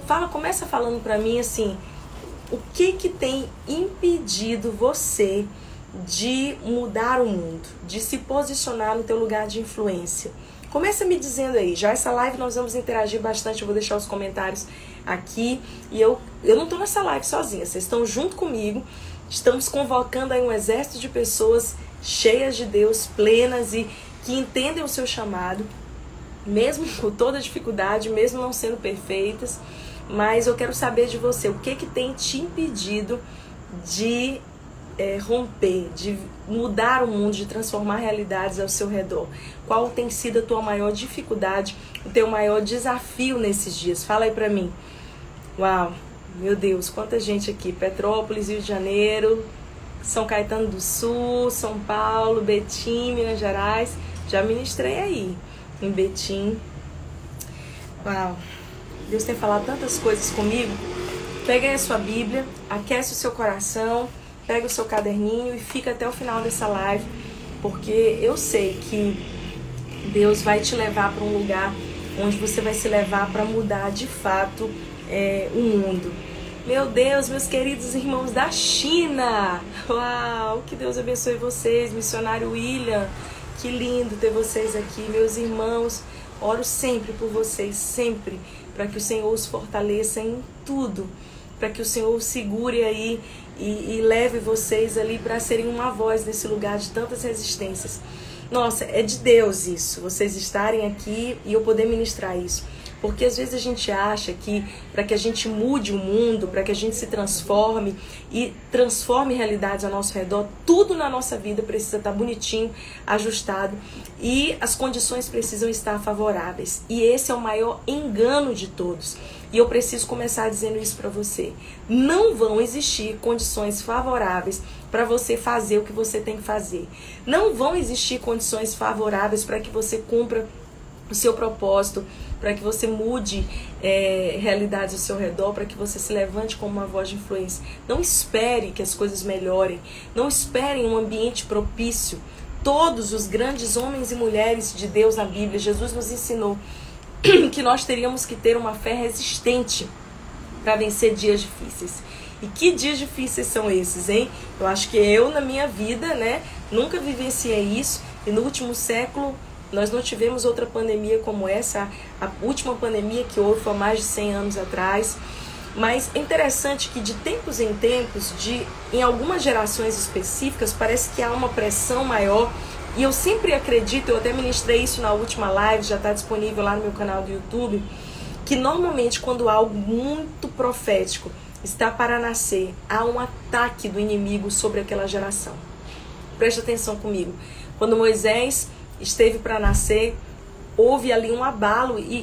Começa falando pra mim assim, o que tem impedido você de mudar o mundo, de se posicionar no teu lugar de influência? Começa me dizendo aí. Já essa live nós vamos interagir bastante, eu vou deixar os comentários aqui. E eu não tô nessa live sozinha, vocês estão junto comigo. Estamos convocando aí um exército de pessoas cheias de Deus, plenas e que entendem o seu chamado, mesmo com toda a dificuldade, mesmo não sendo perfeitas. Mas eu quero saber de você, o que tem te impedido de romper, de mudar o mundo, de transformar realidades ao seu redor? Qual tem sido a tua maior dificuldade, o teu maior desafio nesses dias? Fala aí pra mim. Uau, meu Deus, quanta gente aqui. Petrópolis, Rio de Janeiro, São Caetano do Sul, São Paulo, Betim, Minas Gerais. Já ministrei aí, em Betim. Uau, Deus tem falado tantas coisas comigo. Pega aí a sua Bíblia, aquece o seu coração, pega o seu caderninho e fica até o final dessa live, porque eu sei que Deus vai te levar para um lugar onde você vai se levar para mudar de fato o mundo. Meu Deus, meus queridos irmãos da China! Uau, que Deus abençoe vocês, missionário William. Que lindo ter vocês aqui, meus irmãos. Oro sempre por vocês, sempre, para que o Senhor os fortaleça em tudo, para que o Senhor os segure aí e leve vocês ali para serem uma voz nesse lugar de tantas resistências. Nossa, é de Deus isso, vocês estarem aqui e eu poder ministrar isso. Porque às vezes a gente acha que para que a gente mude o mundo, para que a gente se transforme e transforme realidades ao nosso redor, tudo na nossa vida precisa estar bonitinho, ajustado e as condições precisam estar favoráveis. E esse é o maior engano de todos. E eu preciso começar dizendo isso para você. Não vão existir condições favoráveis para você fazer o que você tem que fazer. Não vão existir condições favoráveis para que você cumpra o seu propósito, para que você mude realidades ao seu redor, para que você se levante como uma voz de influência. Não espere que as coisas melhorem. Não espere um ambiente propício. Todos os grandes homens e mulheres de Deus na Bíblia, Jesus nos ensinou que nós teríamos que ter uma fé resistente para vencer dias difíceis. E que dias difíceis são esses, hein? Eu acho que eu, na minha vida, né, nunca vivenciei isso. E no último século, nós não tivemos outra pandemia como essa. A última pandemia que houve foi há mais de 100 anos atrás. Mas é interessante que de tempos em tempos, em algumas gerações específicas, parece que há uma pressão maior. E eu sempre acredito, eu até ministrei isso na última live, já está disponível lá no meu canal do YouTube, que normalmente quando algo muito profético está para nascer, há um ataque do inimigo sobre aquela geração. Presta atenção comigo. Quando Moisés esteve para nascer, houve ali um abalo e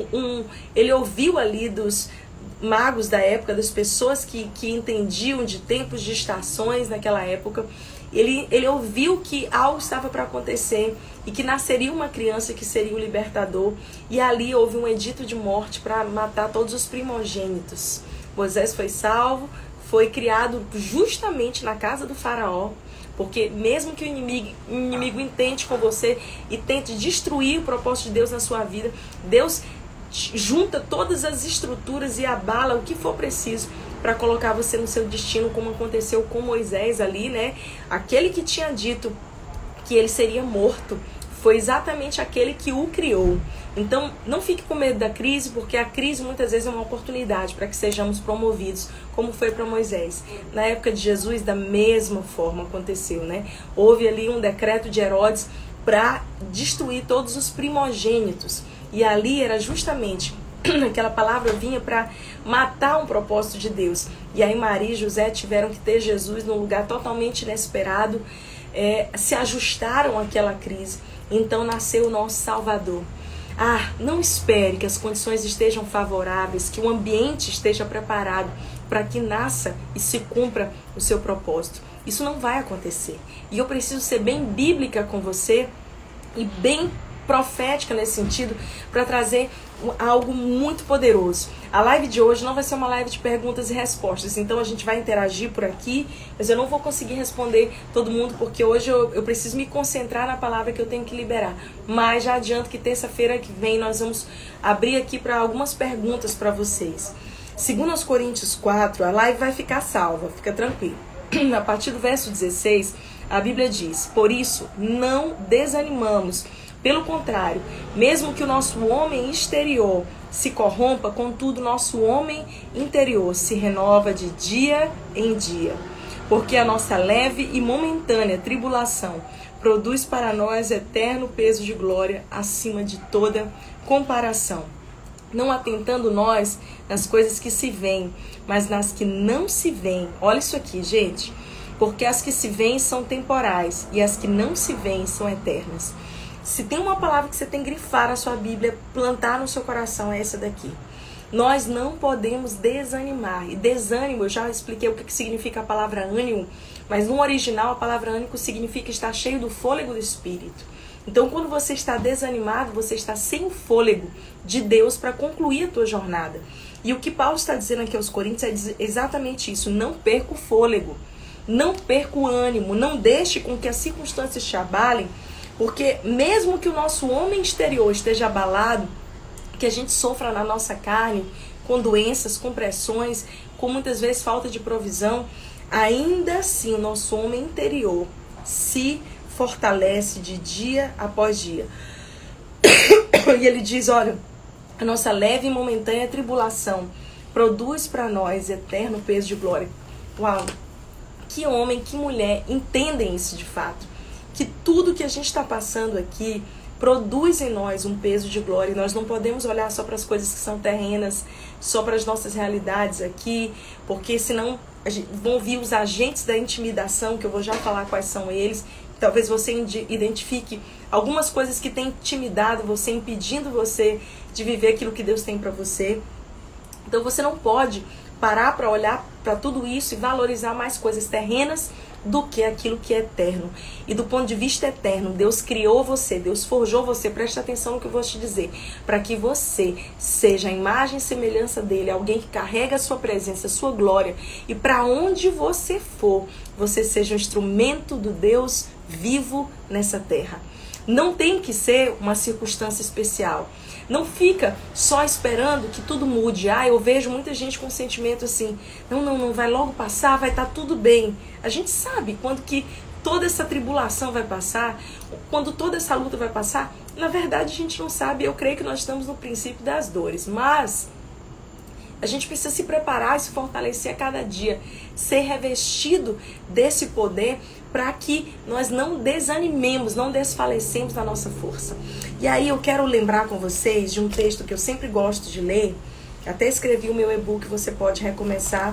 ele ouviu ali dos magos da época, das pessoas que entendiam de tempos, de estações naquela época. Ele ouviu que algo estava para acontecer e que nasceria uma criança que seria o libertador. E ali houve um edito de morte para matar todos os primogênitos. Moisés foi salvo, foi criado justamente na casa do faraó. Porque mesmo que o inimigo intente com você e tente destruir o propósito de Deus na sua vida, Deus junta todas as estruturas e abala o que for preciso para colocar você no seu destino, como aconteceu com Moisés ali, né? Aquele que tinha dito que ele seria morto foi exatamente aquele que o criou. Então, não fique com medo da crise, porque a crise muitas vezes é uma oportunidade para que sejamos promovidos, como foi para Moisés. Na época de Jesus, da mesma forma aconteceu, né? Houve ali um decreto de Herodes para destruir todos os primogênitos. E ali era justamente, aquela palavra vinha para matar um propósito de Deus. E aí Maria e José tiveram que ter Jesus num lugar totalmente inesperado, se ajustaram àquela crise. Então nasceu o nosso Salvador. Não espere que as condições estejam favoráveis, que o ambiente esteja preparado para que nasça e se cumpra o seu propósito. Isso não vai acontecer. E eu preciso ser bem bíblica com você e bem profética nesse sentido para trazer algo muito poderoso. A live de hoje não vai ser uma live de perguntas e respostas, então a gente vai interagir por aqui, mas eu não vou conseguir responder todo mundo porque hoje eu preciso me concentrar na palavra que eu tenho que liberar. Mas já adianto que terça-feira que vem nós vamos abrir aqui para algumas perguntas para vocês. Segundo aos Coríntios 4, a live vai ficar salva, fica tranquilo. A partir do verso 16, a Bíblia diz: por isso, não desanimamos. Pelo contrário, mesmo que o nosso homem exterior se corrompa, contudo, nosso homem interior se renova de dia em dia. Porque a nossa leve e momentânea tribulação produz para nós eterno peso de glória acima de toda comparação. Não atentando nós nas coisas que se veem, mas nas que não se veem. Olha isso aqui, gente. Porque as que se veem são temporais e as que não se veem são eternas. Se tem uma palavra que você tem que grifar na sua Bíblia, plantar no seu coração, é essa daqui. Nós não podemos desanimar. E desânimo, eu já expliquei o que significa a palavra ânimo, mas no original a palavra ânimo significa estar cheio do fôlego do Espírito. Então, quando você está desanimado, você está sem o fôlego de Deus para concluir a tua jornada. E o que Paulo está dizendo aqui aos Coríntios é exatamente isso. Não perca o fôlego, não perca o ânimo, não deixe com que as circunstâncias te abalem, porque mesmo que o nosso homem exterior esteja abalado, que a gente sofra na nossa carne, com doenças, com pressões, com muitas vezes falta de provisão, ainda assim o nosso homem interior se fortalece de dia após dia. E ele diz, olha, a nossa leve e momentânea tribulação produz para nós eterno peso de glória. Uau! Que homem, que mulher entendem isso de fato. Que tudo que a gente está passando aqui produz em nós um peso de glória. E nós não podemos olhar só para as coisas que são terrenas, só para as nossas realidades aqui, porque senão vão vir os agentes da intimidação, que eu vou já falar quais são eles. Talvez você identifique algumas coisas que têm intimidado você, impedindo você de viver aquilo que Deus tem para você. Então você não pode parar para olhar para tudo isso e valorizar mais coisas terrenas do que aquilo que é eterno. E do ponto de vista eterno, Deus criou você, Deus forjou você, preste atenção no que eu vou te dizer, para que você seja a imagem e semelhança dele, alguém que carrega a sua presença, a sua glória, e para onde você for, você seja um instrumento do Deus vivo nessa terra. Não tem que ser uma circunstância especial. Não fica só esperando que tudo mude. Eu vejo muita gente com sentimento assim, não, vai logo passar, vai estar tudo bem. A gente sabe quando que toda essa tribulação vai passar, quando toda essa luta vai passar. Na verdade, a gente não sabe. Eu creio que nós estamos no princípio das dores, mas a gente precisa se preparar e se fortalecer a cada dia, ser revestido desse poder para que nós não desanimemos, não desfalecemos da nossa força. E aí eu quero lembrar com vocês de um texto que eu sempre gosto de ler, até escrevi o meu e-book, você pode recomeçar,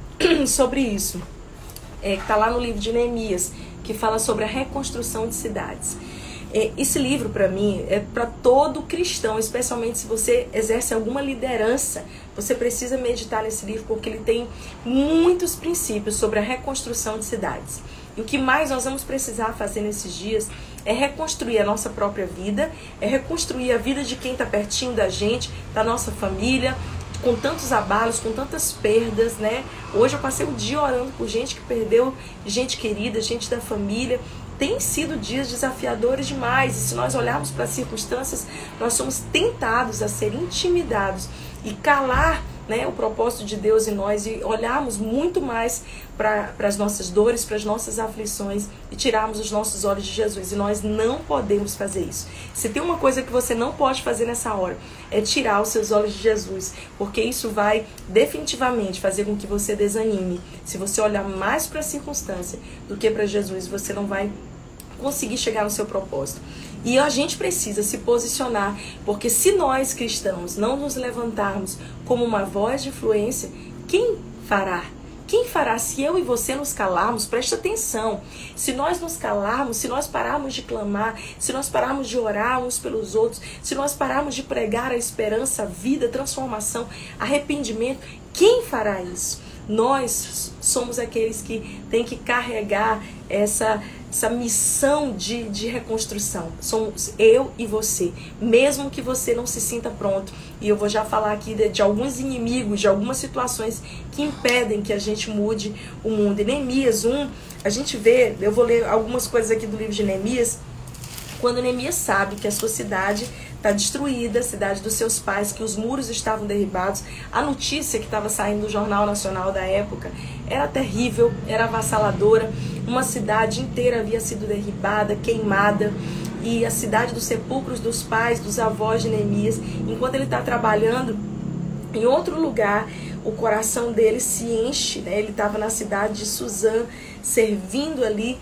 sobre isso, que está lá no livro de Neemias, que fala sobre a reconstrução de cidades. Esse livro, para mim, é para todo cristão, especialmente se você exerce alguma liderança. Você precisa meditar nesse livro, porque ele tem muitos princípios sobre a reconstrução de cidades. E o que mais nós vamos precisar fazer nesses dias é reconstruir a nossa própria vida, é reconstruir a vida de quem está pertinho da gente, da nossa família, com tantos abalos, com tantas perdas, né? Hoje eu passei o dia orando por gente que perdeu gente querida, gente da família. Tem sido dias desafiadores demais, e se nós olharmos para as circunstâncias, nós somos tentados a ser intimidados e calar, né, o propósito de Deus em nós e olharmos muito mais para as nossas dores, para as nossas aflições e tirarmos os nossos olhos de Jesus. E nós não podemos fazer isso. Se tem uma coisa que você não pode fazer nessa hora, é tirar os seus olhos de Jesus, porque isso vai definitivamente fazer com que você desanime. Se você olhar mais para a circunstância do que para Jesus, você não vai conseguir chegar no seu propósito. E a gente precisa se posicionar, porque se nós cristãos não nos levantarmos como uma voz de influência, quem fará? Quem fará se eu e você nos calarmos? Preste atenção. Se nós nos calarmos, se nós pararmos de clamar, se nós pararmos de orar uns pelos outros, se nós pararmos de pregar a esperança, a vida, a transformação, arrependimento, quem fará isso? Nós somos aqueles que têm que carregar essa missão de reconstrução. Somos eu e você, mesmo que você não se sinta pronto. E eu vou já falar aqui de alguns inimigos, de algumas situações que impedem que a gente mude o mundo. Em Neemias 1, a gente vê, eu vou ler algumas coisas aqui do livro de Neemias, quando Neemias sabe que a sua cidade está destruída, a cidade dos seus pais, que os muros estavam derribados. A notícia que estava saindo do Jornal Nacional da época era terrível, era avassaladora. Uma cidade inteira havia sido derribada, queimada. E a cidade dos sepulcros dos pais, dos avós de Neemias, enquanto ele está trabalhando em outro lugar, o coração dele se enche, né? Ele estava na cidade de Suzã, servindo ali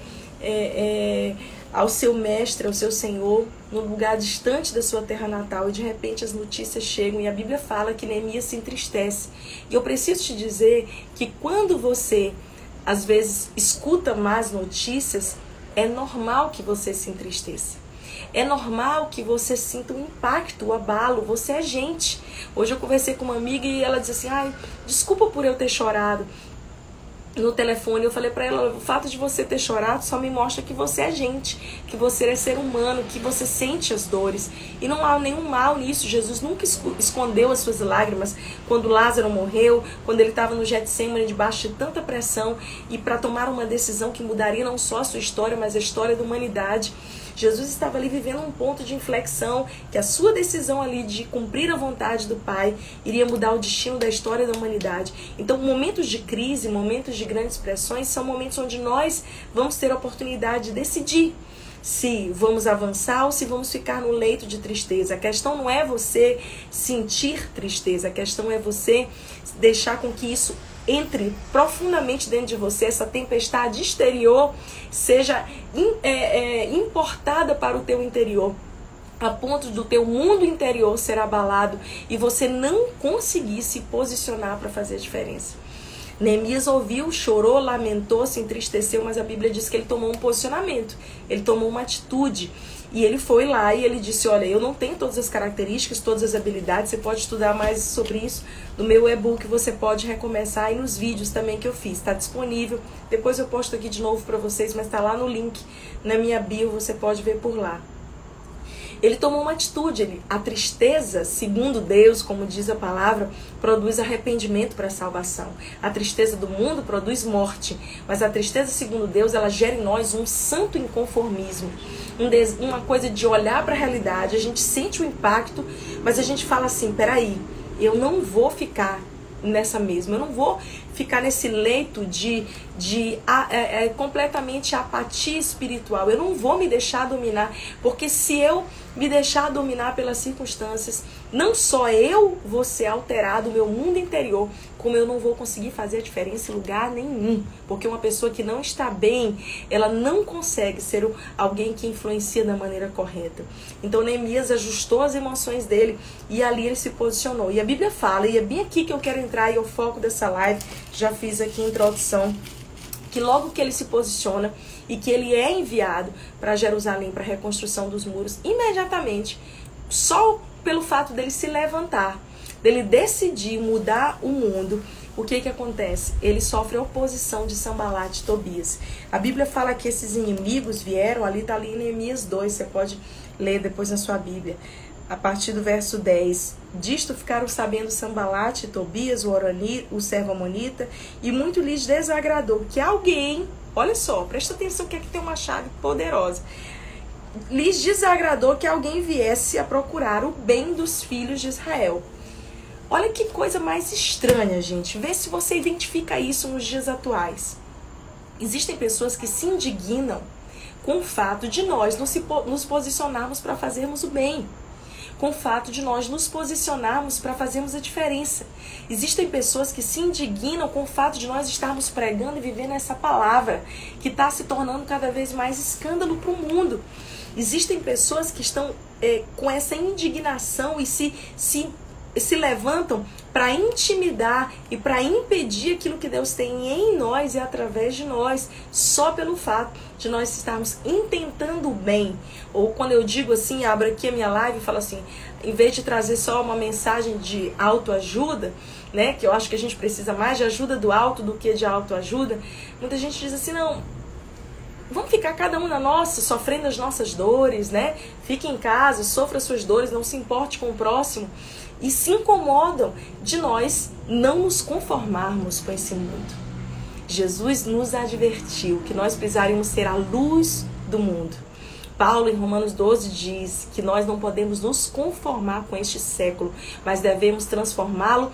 ao seu mestre, ao seu senhor, num lugar distante da sua terra natal, e de repente as notícias chegam, e a Bíblia fala que Neemias se entristece. E eu preciso te dizer que quando você, às vezes, escuta más notícias, é normal que você se entristeça. É normal que você sinta um impacto, o abalo. Você é gente. Hoje eu conversei com uma amiga e ela disse assim: ai, desculpa por eu ter chorado no telefone. Eu falei pra ela: o fato de você ter chorado só me mostra que você é gente, que você é ser humano, que você sente as dores. E não há nenhum mal nisso. Jesus nunca escondeu as suas lágrimas quando Lázaro morreu, quando ele estava no Getsemane debaixo de tanta pressão e para tomar uma decisão que mudaria não só a sua história, mas a história da humanidade. Jesus estava ali vivendo um ponto de inflexão, que a sua decisão ali de cumprir a vontade do Pai iria mudar o destino da história da humanidade. Então, momentos de crise, momentos de grandes pressões, são momentos onde nós vamos ter a oportunidade de decidir se vamos avançar ou se vamos ficar no leito de tristeza. A questão não é você sentir tristeza, a questão é você deixar com que isso entre profundamente dentro de você, essa tempestade exterior seja importada para o teu interior, a ponto do teu mundo interior ser abalado e você não conseguir se posicionar para fazer a diferença. Neemias ouviu, chorou, lamentou, se entristeceu, mas a Bíblia diz que ele tomou um posicionamento, ele tomou uma atitude. E ele foi lá e ele disse: olha, eu não tenho todas as características, todas as habilidades, você pode estudar mais sobre isso no meu e-book, você pode recomeçar, e nos vídeos também que eu fiz, está disponível. Depois eu posto aqui de novo para vocês, mas está lá no link, na minha bio, você pode ver por lá. Ele tomou uma atitude. A tristeza, segundo Deus, como diz a palavra, produz arrependimento para a salvação. A tristeza do mundo produz morte, mas a tristeza, segundo Deus, ela gera em nós um santo inconformismo, uma coisa de olhar para a realidade. A gente sente o impacto, mas a gente fala assim: peraí, eu não vou ficar nessa mesma, eu não vou ficar nesse leito de completamente apatia espiritual. Eu não vou me deixar dominar, porque se eu me deixar dominar pelas circunstâncias, não só eu vou ser alterado, o meu mundo interior, como eu não vou conseguir fazer a diferença em lugar nenhum. Porque uma pessoa que não está bem, ela não consegue ser alguém que influencia da maneira correta. Então Neemias ajustou as emoções dele e ali ele se posicionou. E a Bíblia fala, e é bem aqui que eu quero entrar, e é o foco dessa live, já fiz aqui a introdução, que logo que ele se posiciona e que ele é enviado para Jerusalém, para a reconstrução dos muros, imediatamente, só pelo fato dele se levantar, dele decidir mudar o mundo, o que acontece? Ele sofre a oposição de Sanbalat e Tobias. A Bíblia fala que esses inimigos vieram, ali está ali em Neemias 2, você pode ler depois na sua Bíblia, a partir do verso 10. Disto ficaram sabendo Sanbalat e Tobias, o servo amonita, e muito lhes desagradou que alguém, olha só, presta atenção que aqui tem uma chave poderosa, lhes desagradou que alguém viesse a procurar o bem dos filhos de Israel. Olha que coisa mais estranha, gente. Vê se você identifica isso nos dias atuais. Existem pessoas que se indignam com o fato de nós nos posicionarmos para fazermos o bem, com o fato de nós nos posicionarmos para fazermos a diferença. Existem pessoas que se indignam com o fato de nós estarmos pregando e vivendo essa palavra, que está se tornando cada vez mais escândalo para o mundo. Existem pessoas que estão com essa indignação e se levantam para intimidar e para impedir aquilo que Deus tem em nós e através de nós, só pelo fato de nós estarmos intentando o bem. Ou quando eu digo assim, abro aqui a minha live e falo assim, em vez de trazer só uma mensagem de autoajuda, né, que eu acho que a gente precisa mais de ajuda do alto do que de autoajuda, muita gente diz assim, não, vamos ficar cada um na nossa, sofrendo as nossas dores, né? Fique em casa, sofra suas dores, não se importe com o próximo. E se incomodam de nós não nos conformarmos com esse mundo. Jesus nos advertiu que nós precisaríamos ser a luz do mundo. Paulo, em Romanos 12, diz que nós não podemos nos conformar com este século, mas devemos transformá-lo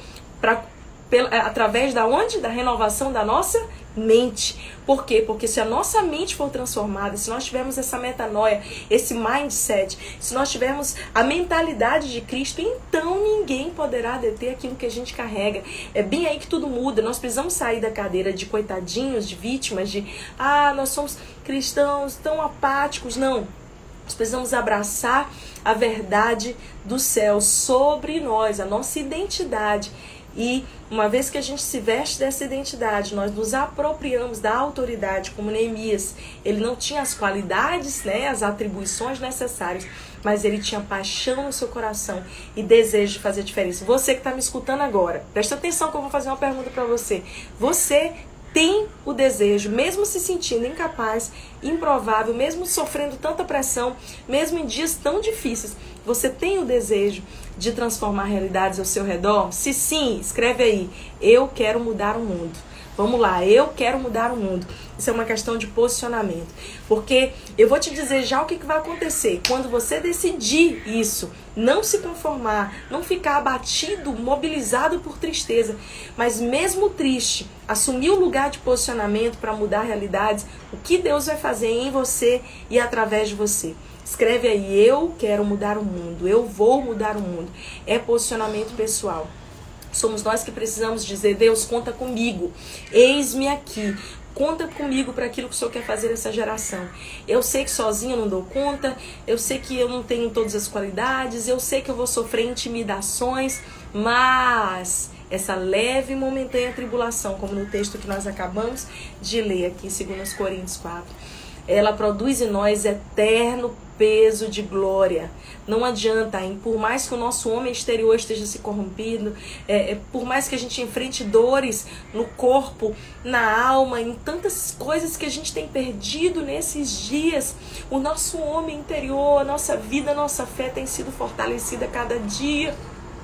através da onde? Da renovação da nossa mente. Por quê? Porque se a nossa mente for transformada, se nós tivermos essa metanoia, esse mindset, se nós tivermos a mentalidade de Cristo, então ninguém poderá deter aquilo que a gente carrega. É bem aí que tudo muda. Nós precisamos sair da cadeira de coitadinhos, de vítimas, de nós somos cristãos tão apáticos. Não. Nós precisamos abraçar a verdade do céu sobre nós, a nossa identidade. E uma vez que a gente se veste dessa identidade, nós nos apropriamos da autoridade, como Neemias. Ele não tinha as qualidades, né, as atribuições necessárias, mas ele tinha paixão no seu coração e desejo de fazer diferença. Você que está me escutando agora, presta atenção que eu vou fazer uma pergunta para você. Você tem o desejo, mesmo se sentindo incapaz, improvável, mesmo sofrendo tanta pressão, mesmo em dias tão difíceis, você tem o desejo de transformar realidades ao seu redor? Se sim, escreve aí, eu quero mudar o mundo. Vamos lá, eu quero mudar o mundo. Isso é uma questão de posicionamento. Porque eu vou te dizer já o que vai acontecer. Quando você decidir isso, não se conformar, não ficar abatido, mobilizado por tristeza, mas mesmo triste, assumir o lugar de posicionamento para mudar realidades, o que Deus vai fazer em você e através de você. Escreve aí, eu quero mudar o mundo, eu vou mudar o mundo. É posicionamento pessoal. Somos nós que precisamos dizer, Deus, conta comigo, eis-me aqui, conta comigo para aquilo que o Senhor quer fazer nessa geração. Eu sei que sozinho eu não dou conta, eu sei que eu não tenho todas as qualidades, eu sei que eu vou sofrer intimidações, mas essa leve e momentânea tribulação, como no texto que nós acabamos de ler aqui em 2 Coríntios 4, ela produz em nós eterno peso de glória. Não adianta, hein? Por mais que o nosso homem exterior esteja se corrompendo, por mais que a gente enfrente dores no corpo, na alma, em tantas coisas que a gente tem perdido nesses dias, o nosso homem interior, a nossa vida, a nossa fé tem sido fortalecida a cada dia.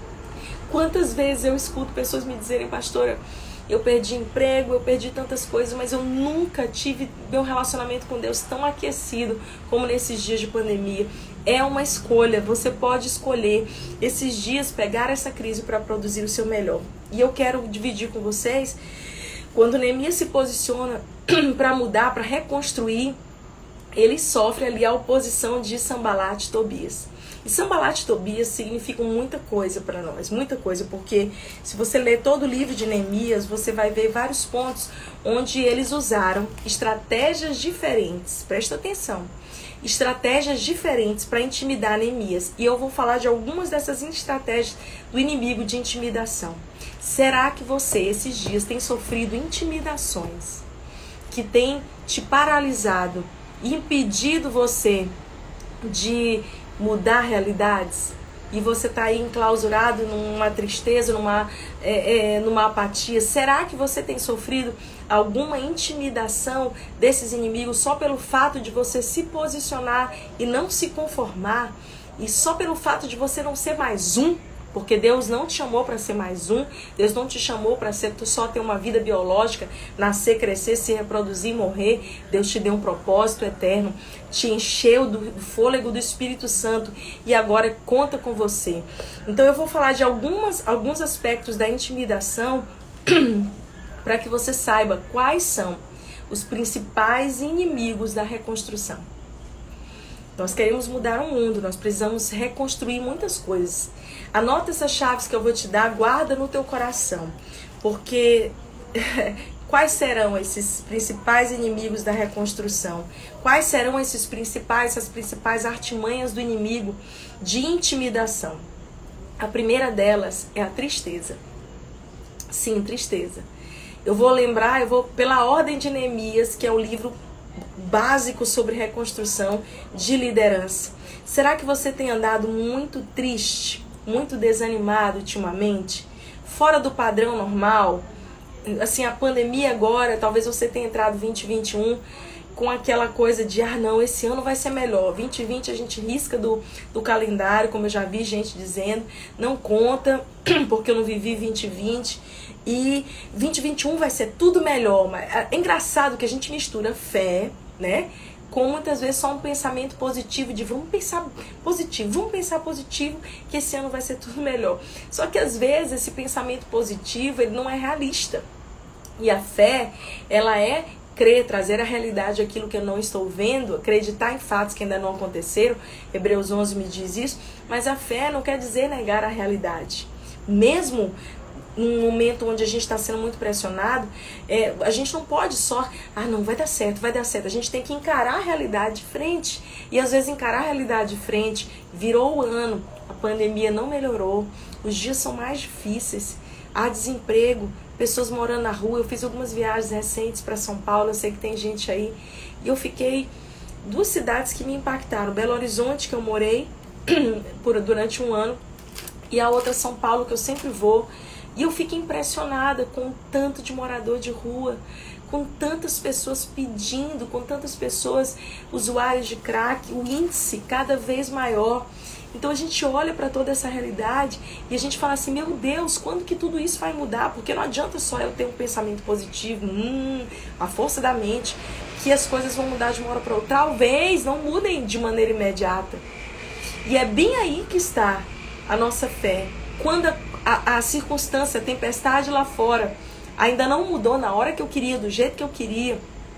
Quantas vezes eu escuto pessoas me dizerem, pastora, eu perdi emprego, eu perdi tantas coisas, mas eu nunca tive meu relacionamento com Deus tão aquecido como nesses dias de pandemia. É uma escolha, você pode escolher esses dias, pegar essa crise para produzir o seu melhor. E eu quero dividir com vocês, quando Neemias se posiciona para mudar, para reconstruir, ele sofre ali a oposição de Sanbalat e Tobias. E Sanbalat e Tobias significam muita coisa para nós, muita coisa, porque se você ler todo o livro de Neemias, você vai ver vários pontos onde eles usaram estratégias diferentes, presta atenção, estratégias diferentes para intimidar Neemias. E eu vou falar de algumas dessas estratégias do inimigo de intimidação. Será que você, esses dias, tem sofrido intimidações que tem te paralisado, impedido você de mudar realidades, e você está aí enclausurado numa tristeza, numa apatia? Será que você tem sofrido alguma intimidação desses inimigos só pelo fato de você se posicionar e não se conformar, e só pelo fato de você não ser mais um? Porque Deus não te chamou para ser mais um, Deus não te chamou para só ter uma vida biológica, nascer, crescer, se reproduzir, morrer. Deus te deu um propósito eterno, te encheu do fôlego do Espírito Santo e agora conta com você. Então eu vou falar de alguns aspectos da intimidação para que você saiba quais são os principais inimigos da reconstrução. Nós queremos mudar o mundo, nós precisamos reconstruir muitas coisas. Anota essas chaves que eu vou te dar, guarda no teu coração. Porque quais serão esses principais inimigos da reconstrução? Quais serão essas principais artimanhas do inimigo de intimidação? A primeira delas é a tristeza. Sim, tristeza. Eu vou pela ordem de Neemias, que é o livro básico sobre reconstrução de liderança. Será que você tem andado muito triste, muito desanimado ultimamente? Fora do padrão normal? Assim, a pandemia agora, talvez você tenha entrado 2021 com aquela coisa de, não, esse ano vai ser melhor. 2020 a gente risca do calendário, como eu já vi gente dizendo, não conta, porque eu não vivi 2020. E 2021 vai ser tudo melhor. Mas é engraçado que a gente mistura fé, né, com muitas vezes só um pensamento positivo, de vamos pensar positivo, que esse ano vai ser tudo melhor. Só que às vezes esse pensamento positivo, ele não é realista. E a fé, ela é crer, trazer à realidade aquilo que eu não estou vendo, acreditar em fatos que ainda não aconteceram. Hebreus 11 me diz isso. Mas a fé não quer dizer negar a realidade. Mesmo num momento onde a gente está sendo muito pressionado, a gente não pode só, não, vai dar certo. A gente tem que encarar a realidade de frente. E às vezes encarar a realidade de frente, virou o ano, a pandemia não melhorou, os dias são mais difíceis, há desemprego, pessoas morando na rua. Eu fiz algumas viagens recentes para São Paulo, eu sei que tem gente aí, e eu fiquei 2 cidades que me impactaram: Belo Horizonte, que eu morei durante um ano, e a outra São Paulo, que eu sempre vou. E eu fico impressionada com o tanto de morador de rua, com tantas pessoas pedindo, com tantas pessoas usuários de crack, o índice cada vez maior. Então a gente olha para toda essa realidade e a gente fala assim, meu Deus, quando que tudo isso vai mudar? Porque não adianta só eu ter um pensamento positivo, a força da mente, que as coisas vão mudar de uma hora para outra. Talvez não mudem de maneira imediata. E é bem aí que está a nossa fé. Quando a circunstância, a tempestade lá fora ainda não mudou na hora que eu queria, do jeito que eu queria,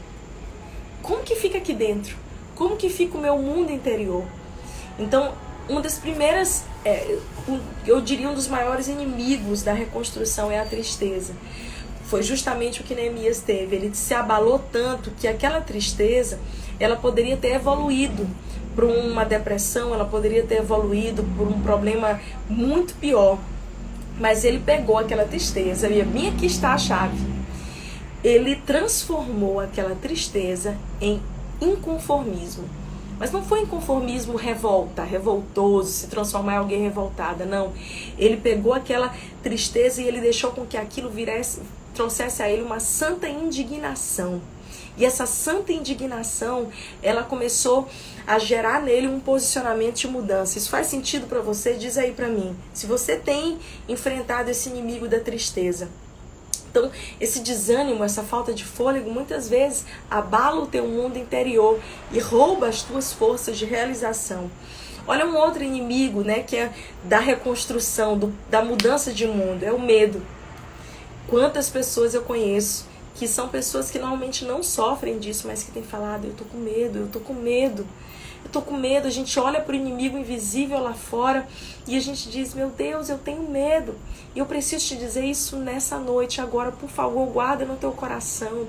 como que fica aqui dentro? Como que fica o meu mundo interior? Então, uma das primeiras, eu diria um dos maiores inimigos da reconstrução é a tristeza. Foi justamente o que Neemias teve. Ele se abalou tanto que aquela tristeza, ela poderia ter evoluído para uma depressão, ela poderia ter evoluído por um problema muito pior. Mas ele pegou aquela tristeza, e bem aqui está a chave. Ele transformou aquela tristeza em inconformismo. Mas não foi inconformismo revoltoso, se transformar em alguém revoltada, não. Ele pegou aquela tristeza e ele deixou com que aquilo trouxesse a ele uma santa indignação. E essa santa indignação, ela começou a gerar nele um posicionamento de mudança. Isso faz sentido para você? Diz aí para mim. Se você tem enfrentado esse inimigo da tristeza. Então, esse desânimo, essa falta de fôlego, muitas vezes abala o teu mundo interior e rouba as tuas forças de realização. Olha um outro inimigo, né, que é da reconstrução, da mudança de mundo, é o medo. Quantas pessoas eu conheço que são pessoas que normalmente não sofrem disso, mas que têm falado, eu tô com medo. A gente olha para o inimigo invisível lá fora e a gente diz, meu Deus, eu tenho medo. E eu preciso te dizer isso nessa noite agora, por favor, guarda no teu coração.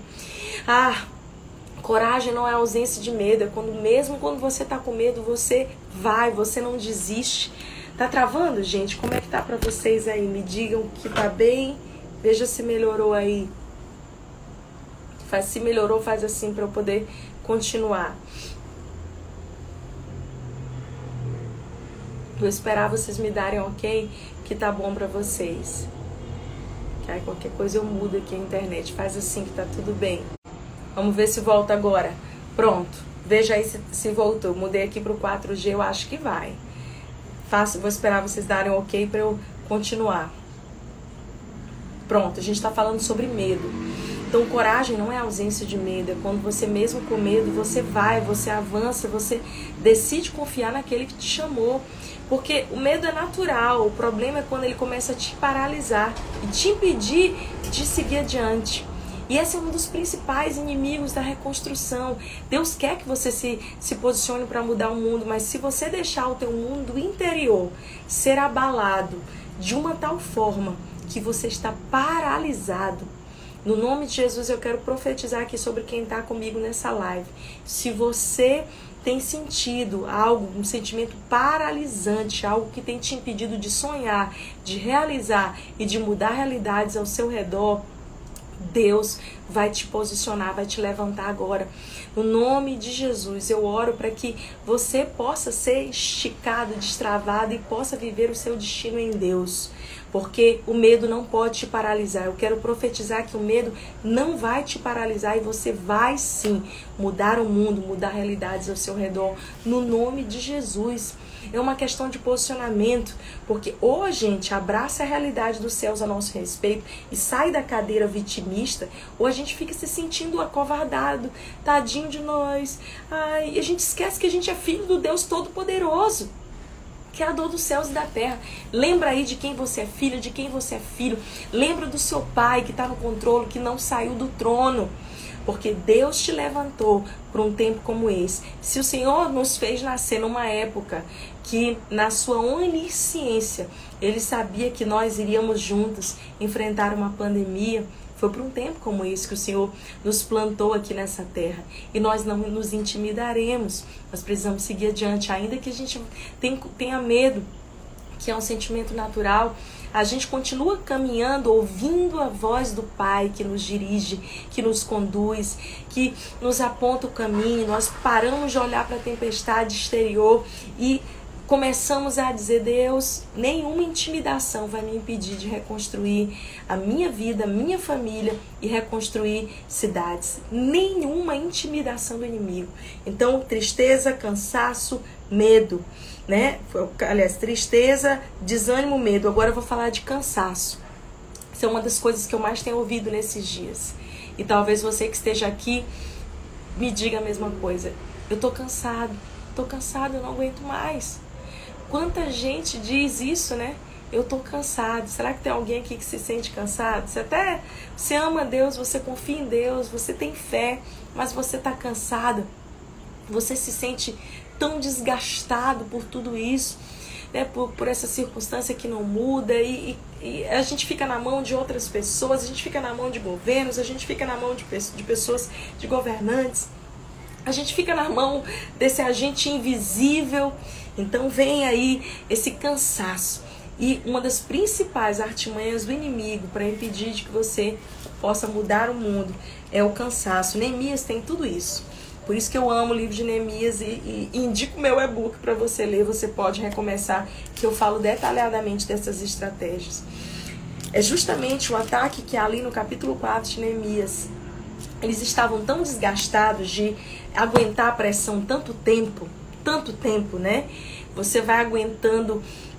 Coragem não é ausência de medo, mesmo quando você tá com medo, você não desiste. Tá travando, gente? Como é que tá para vocês aí? Me digam que tá bem, veja se melhorou aí. Se melhorou, faz assim para eu poder continuar. Vou esperar vocês me darem ok, que tá bom pra vocês. Que aí qualquer coisa eu mudo aqui a internet. Faz assim que tá tudo bem. Vamos ver se volta agora. Pronto. Veja aí se voltou. Mudei aqui pro 4G, eu acho que vai. Vou esperar vocês darem ok pra eu continuar. Pronto, a gente tá falando sobre medo. Então, coragem não é ausência de medo, é quando você mesmo com medo, você avança, você decide confiar naquele que te chamou. Porque o medo é natural, o problema é quando ele começa a te paralisar e te impedir de seguir adiante. E esse é um dos principais inimigos da reconstrução. Deus quer que você se posicione para mudar o mundo, mas se você deixar o teu mundo interior ser abalado de uma tal forma que você está paralisado, no nome de Jesus, eu quero profetizar aqui sobre quem está comigo nessa live. Se você tem sentido algo, um sentimento paralisante, algo que tem te impedido de sonhar, de realizar e de mudar realidades ao seu redor, Deus vai te posicionar, vai te levantar agora. No nome de Jesus, eu oro para que você possa ser esticado, destravado e possa viver o seu destino em Deus. Porque o medo não pode te paralisar. Eu quero profetizar que o medo não vai te paralisar e você vai sim mudar o mundo, mudar realidades ao seu redor. No nome de Jesus. É uma questão de posicionamento, porque ou a gente abraça a realidade dos céus a nosso respeito e sai da cadeira vitimista, ou a gente fica se sentindo acovardado, tadinho de nós. Ai, e a gente esquece que a gente é filho do Deus Todo-Poderoso, Criador dos céus e da terra. Lembra aí de quem você é filho, de quem você é filho. Lembra do seu pai que está no controle, que não saiu do trono. Porque Deus te levantou para um tempo como esse. Se o Senhor nos fez nascer numa época que, na sua onisciência, Ele sabia que nós iríamos juntos enfrentar uma pandemia, foi para um tempo como esse que o Senhor nos plantou aqui nessa terra. E nós não nos intimidaremos. Nós precisamos seguir adiante, ainda que a gente tenha medo, que é um sentimento natural. A gente continua caminhando, ouvindo a voz do Pai que nos dirige, que nos conduz, que nos aponta o caminho. Nós paramos de olhar para a tempestade exterior e começamos a dizer: Deus, nenhuma intimidação vai me impedir de reconstruir a minha vida, a minha família e reconstruir cidades. Nenhuma intimidação do inimigo. Então, tristeza, cansaço, medo, né? Aliás, tristeza, desânimo, medo. Agora eu vou falar de cansaço. Isso é uma das coisas que eu mais tenho ouvido nesses dias. E talvez você que esteja aqui me diga a mesma coisa. Eu tô cansado, eu não aguento mais. Quanta gente diz isso, né? Eu tô cansado. Será que tem alguém aqui que se sente cansado? Você ama Deus, você confia em Deus, você tem fé, mas você tá cansado. Você se sente tão desgastado por tudo isso, né? Por essa circunstância que não muda, e a gente fica na mão de outras pessoas, a gente fica na mão de governos, a gente fica na mão de pessoas, de governantes, a gente fica na mão desse agente invisível. Então vem aí esse cansaço. E uma das principais artimanhas do inimigo para impedir de que você possa mudar o mundo é o cansaço. Neemias tem tudo isso. Por isso que eu amo o livro de Neemias e indico meu e-book para você ler. Você pode recomeçar, que eu falo detalhadamente dessas estratégias. É justamente o ataque que ali no capítulo 4 de Neemias. Eles estavam tão desgastados de aguentar a pressão tanto tempo, né? Você vai aguentando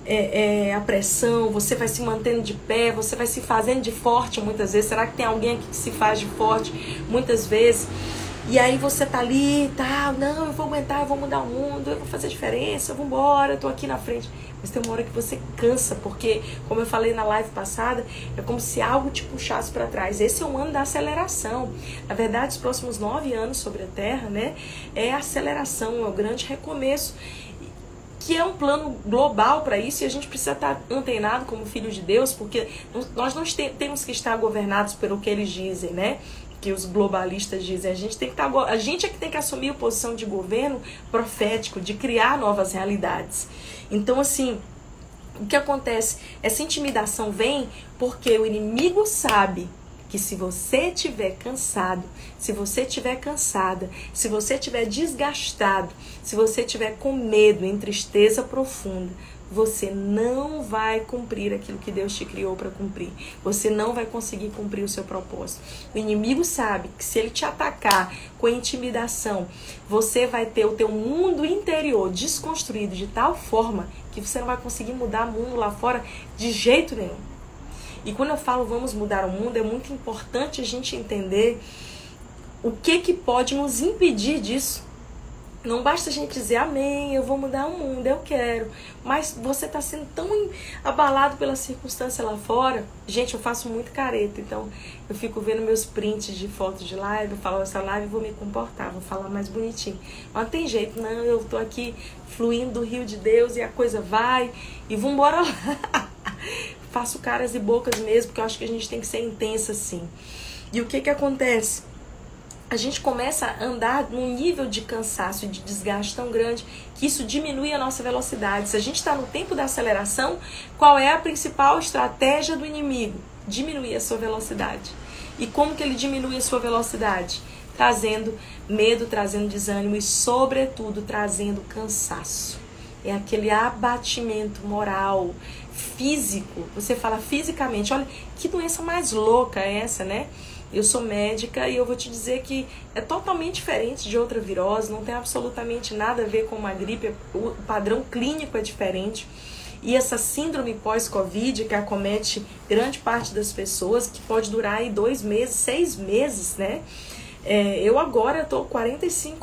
a pressão, você vai se mantendo de pé, você vai se fazendo de forte muitas vezes. Será que tem alguém aqui que se faz de forte muitas vezes? E aí você tá ali, não, eu vou aguentar, eu vou mudar o mundo, eu vou fazer diferença, eu vou embora, eu tô aqui na frente. Mas tem uma hora que você cansa, porque, como eu falei na live passada, é como se algo te puxasse para trás. Esse é um ano da aceleração. Na verdade, os próximos 9 anos sobre a Terra, né, é a aceleração, é o grande recomeço, que é um plano global para isso, e a gente precisa estar antenado como filho de Deus, porque nós não temos que estar governados pelo que eles dizem, né? Que os globalistas dizem. A gente é que tem que assumir a posição de governo profético, de criar novas realidades. Então, assim, o que acontece? Essa intimidação vem porque o inimigo sabe que se você estiver cansado, se você estiver cansada, se você estiver desgastado, se você estiver com medo, em tristeza profunda, você não vai cumprir aquilo que Deus te criou para cumprir. Você não vai conseguir cumprir o seu propósito. O inimigo sabe que se ele te atacar com intimidação, você vai ter o teu mundo interior desconstruído de tal forma que você não vai conseguir mudar o mundo lá fora de jeito nenhum. E quando eu falo vamos mudar o mundo, é muito importante a gente entender o que pode nos impedir disso. Não basta a gente dizer, amém, eu vou mudar o mundo, eu quero. Mas você está sendo tão abalado pela circunstância lá fora. Gente, eu faço muito careta, então eu fico vendo meus prints de fotos de live, eu falo, essa live eu vou me comportar, vou falar mais bonitinho. Mas não tem jeito, não, eu tô aqui fluindo do rio de Deus e a coisa vai, e vambora lá. Faço caras e bocas mesmo, porque eu acho que a gente tem que ser intensa assim. E o que acontece? A gente começa a andar num nível de cansaço e de desgaste tão grande que isso diminui a nossa velocidade. Se a gente está no tempo da aceleração, qual é a principal estratégia do inimigo? Diminuir a sua velocidade. E como que ele diminui a sua velocidade? Trazendo medo, trazendo desânimo e, sobretudo, trazendo cansaço. É aquele abatimento moral, físico. Você fala fisicamente, olha, que doença mais louca é essa, né? Eu sou médica e eu vou te dizer que é totalmente diferente de outra virose, não tem absolutamente nada a ver com uma gripe, o padrão clínico é diferente. E essa síndrome pós-Covid que acomete grande parte das pessoas, que pode durar aí 2 meses, 6 meses, né? Eu agora estou 46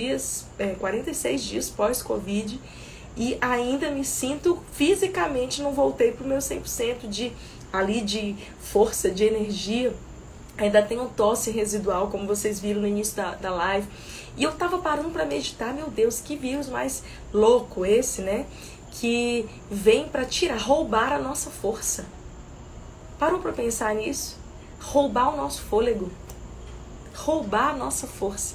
dias pós-Covid e ainda me sinto fisicamente, não voltei para o meu 100% de força, de energia. Ainda tenho tosse residual, como vocês viram no início da live. E eu tava parando para meditar, meu Deus, que vírus mais louco esse, né? Que vem para roubar a nossa força. Parou para pensar nisso? Roubar o nosso fôlego. Roubar a nossa força.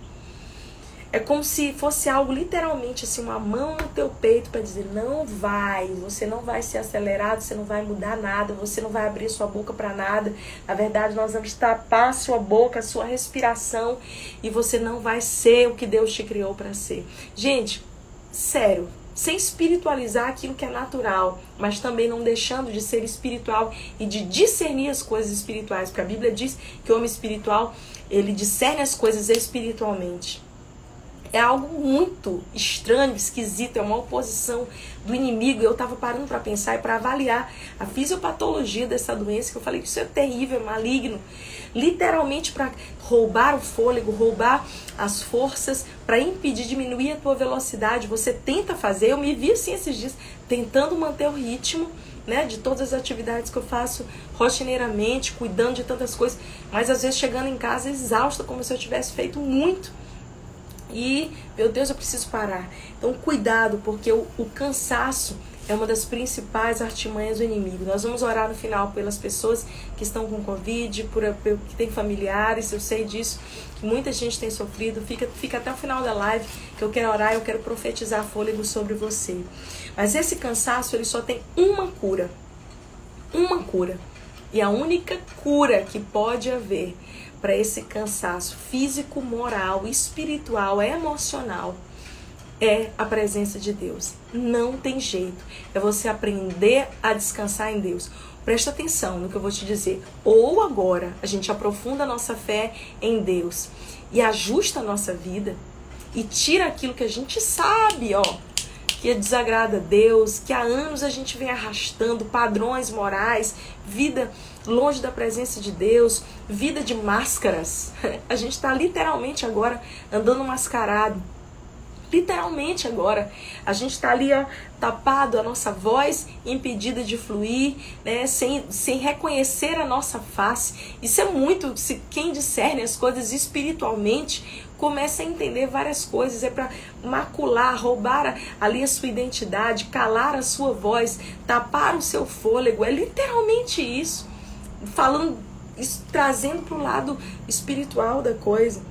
É como se fosse algo literalmente assim, uma mão no teu peito para dizer, não vai, você não vai ser acelerado, você não vai mudar nada, você não vai abrir sua boca para nada. Na verdade, nós vamos tapar a sua boca, a sua respiração, e você não vai ser o que Deus te criou para ser. Gente, sério, sem espiritualizar aquilo que é natural, mas também não deixando de ser espiritual e de discernir as coisas espirituais, porque a Bíblia diz que o homem espiritual, ele discerne as coisas espiritualmente. É algo muito estranho, esquisito, é uma oposição do inimigo. Eu estava parando para pensar e para avaliar a fisiopatologia dessa doença, que eu falei que isso é terrível, é maligno. Literalmente para roubar o fôlego, roubar as forças, para impedir, diminuir a tua velocidade. Você tenta fazer, eu me vi assim esses dias, tentando manter o ritmo, né, de todas as atividades que eu faço rotineiramente, cuidando de tantas coisas, mas às vezes chegando em casa exausta, como se eu tivesse feito muito. E, meu Deus, eu preciso parar. Então, cuidado, porque o cansaço é uma das principais artimanhas do inimigo. Nós vamos orar no final pelas pessoas que estão com Covid, que têm familiares, eu sei disso, que muita gente tem sofrido. Fica até o final da live, que eu quero orar, eu quero profetizar fôlego sobre você. Mas esse cansaço, ele só tem uma cura. Uma cura. E a única cura que pode haver para esse cansaço físico, moral, espiritual, emocional, é a presença de Deus. Não tem jeito. É você aprender a descansar em Deus. Presta atenção no que eu vou te dizer. Ou agora a gente aprofunda a nossa fé em Deus e ajusta a nossa vida e tira aquilo que a gente sabe, que desagrada a Deus, que há anos a gente vem arrastando, padrões morais, vida longe da presença de Deus, vida de máscaras. A gente está literalmente agora andando mascarado. Literalmente agora. A gente está ali, tapado, a nossa voz impedida de fluir, né? Sem reconhecer a nossa face. Isso é muito, quem discerne as coisas espiritualmente, começa a entender várias coisas. É para macular, roubar ali a sua identidade, calar a sua voz, tapar o seu fôlego. É literalmente isso. Falando, trazendo para o lado espiritual da coisa.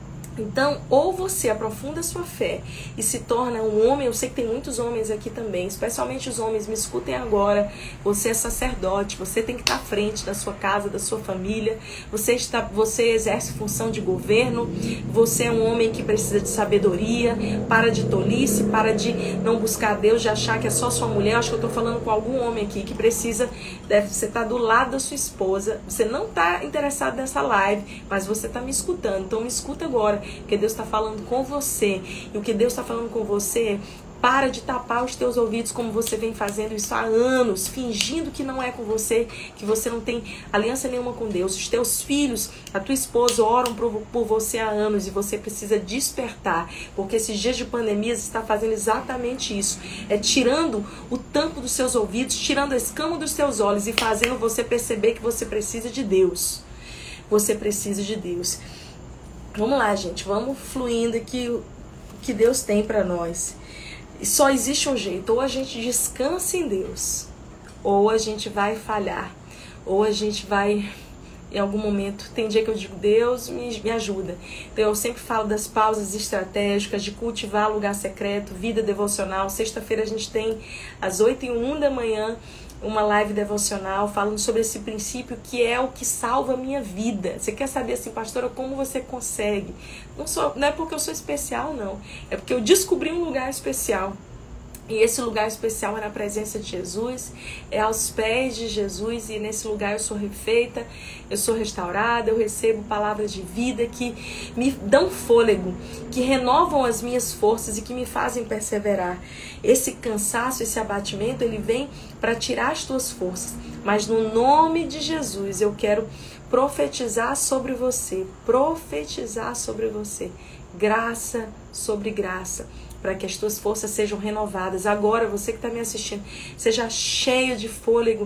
Então, ou você aprofunda a sua fé e se torna um homem, eu sei que tem muitos homens aqui também, especialmente os homens, me escutem agora, você é sacerdote, você tem que estar à frente da sua casa, da sua família, você exerce função de governo, você é um homem que precisa de sabedoria, para de tolice, para de não buscar Deus, de achar que é só sua mulher. Acho que eu estou falando com algum homem aqui que precisa, você está do lado da sua esposa, você não está interessado nessa live, mas você está me escutando, então me escuta agora. Porque Deus está falando com você. E o que Deus está falando com você é: para de tapar os teus ouvidos como você vem fazendo isso há anos, fingindo que não é com você, que você não tem aliança nenhuma com Deus. Os teus filhos, a tua esposa oram por você há anos e você precisa despertar, porque esses dias de pandemia está fazendo exatamente isso. É tirando o tampo dos seus ouvidos, tirando a escama dos teus olhos e fazendo você perceber que você precisa de Deus. Você precisa de Deus. Vamos lá, gente, vamos fluindo aqui o que Deus tem para nós. E só existe um jeito: ou a gente descansa em Deus, ou a gente vai falhar, ou a gente vai, em algum momento, tem dia que eu digo: Deus me ajuda. Então eu sempre falo das pausas estratégicas, de cultivar lugar secreto, vida devocional. Sexta-feira a gente tem às 8h01 da manhã uma live devocional falando sobre esse princípio que é o que salva a minha vida. Você quer saber assim, pastora, como você consegue? Não é porque eu sou especial, não. É porque eu descobri um lugar especial. E esse lugar especial é na presença de Jesus, é aos pés de Jesus, e nesse lugar eu sou refeita, eu sou restaurada, eu recebo palavras de vida que me dão fôlego, que renovam as minhas forças e que me fazem perseverar. Esse cansaço, esse abatimento, ele vem para tirar as tuas forças, mas no nome de Jesus eu quero profetizar sobre você, graça sobre graça, para que as tuas forças sejam renovadas. Agora, você que está me assistindo, seja cheio de fôlego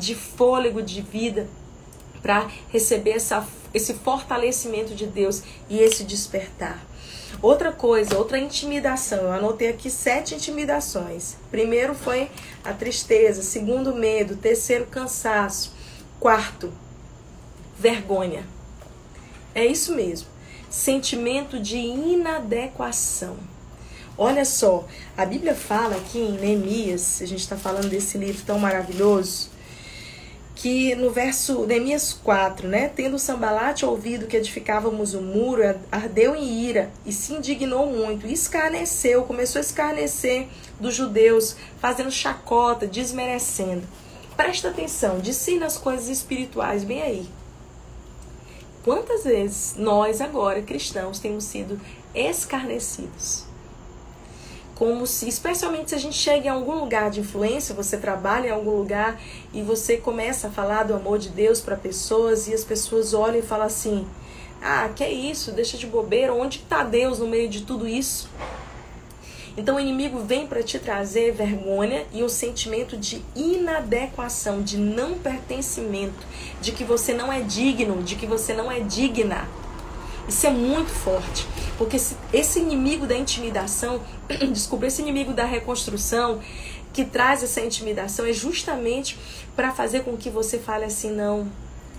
de vida, para receber esse fortalecimento de Deus e esse despertar. Outra coisa, outra intimidação, eu anotei aqui 7 intimidações. Primeiro foi a tristeza, segundo, medo, terceiro, cansaço, quarto, vergonha. É isso mesmo, sentimento de inadequação. Olha só, a Bíblia fala aqui em Neemias, a gente está falando desse livro tão maravilhoso, que no verso Neemias 4, né? Tendo Sambalate ouvido que edificávamos o muro, ardeu em ira e se indignou muito, e escarneceu, começou a escarnecer dos judeus, fazendo chacota, desmerecendo. Presta atenção, discerne as coisas espirituais, bem aí. Quantas vezes nós agora, cristãos, temos sido escarnecidos? Como se, especialmente se a gente chega em algum lugar de influência, você trabalha em algum lugar e você começa a falar do amor de Deus para pessoas e as pessoas olham e falam assim: ah, que é isso? Deixa de bobeira, onde está Deus no meio de tudo isso? Então o inimigo vem para te trazer vergonha e um sentimento de inadequação, de não pertencimento, de que você não é digno, de que você não é digna. Isso é muito forte, porque esse inimigo da intimidação, esse inimigo da reconstrução, que traz essa intimidação, é justamente para fazer com que você fale assim: não,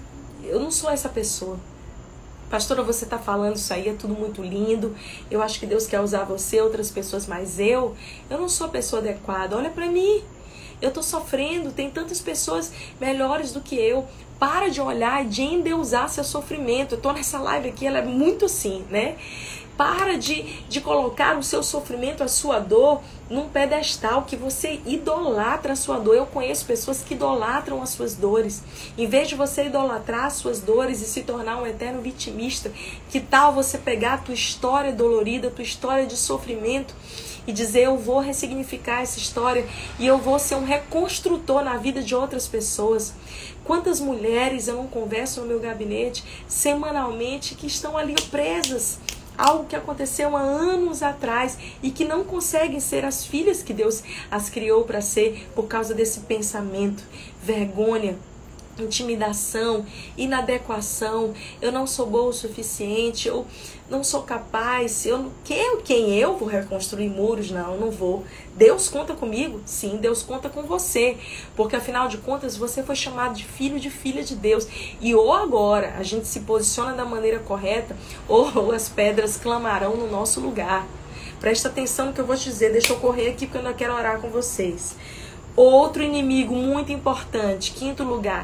eu não sou essa pessoa. Pastora, você está falando isso aí, é tudo muito lindo, eu acho que Deus quer usar você, outras pessoas, mas eu não sou a pessoa adequada, olha para mim, eu estou sofrendo, tem tantas pessoas melhores do que eu. Para de olhar e de endeusar seu sofrimento. Eu tô nessa live aqui, ela é muito assim, né? Para de colocar o seu sofrimento, a sua dor, num pedestal, que você idolatra a sua dor. Eu conheço pessoas que idolatram as suas dores. Em vez de você idolatrar as suas dores e se tornar um eterno vitimista, que tal você pegar a tua história dolorida, a tua história de sofrimento, e dizer: eu vou ressignificar essa história e eu vou ser um reconstrutor na vida de outras pessoas. Quantas mulheres eu não converso no meu gabinete semanalmente que estão ali presas, algo que aconteceu há anos atrás e que não conseguem ser as filhas que Deus as criou para ser por causa desse pensamento, vergonha, intimidação, inadequação, eu não sou boa o suficiente, eu não sou capaz, quem eu vou reconstruir muros? Não vou. Deus conta comigo? Sim, Deus conta com você, porque afinal de contas você foi chamado de filho, de filha de Deus, e ou agora a gente se posiciona da maneira correta, ou as pedras clamarão no nosso lugar. Presta atenção no que eu vou te dizer, deixa eu correr aqui porque eu ainda quero orar com vocês. Outro inimigo muito importante, 5º lugar,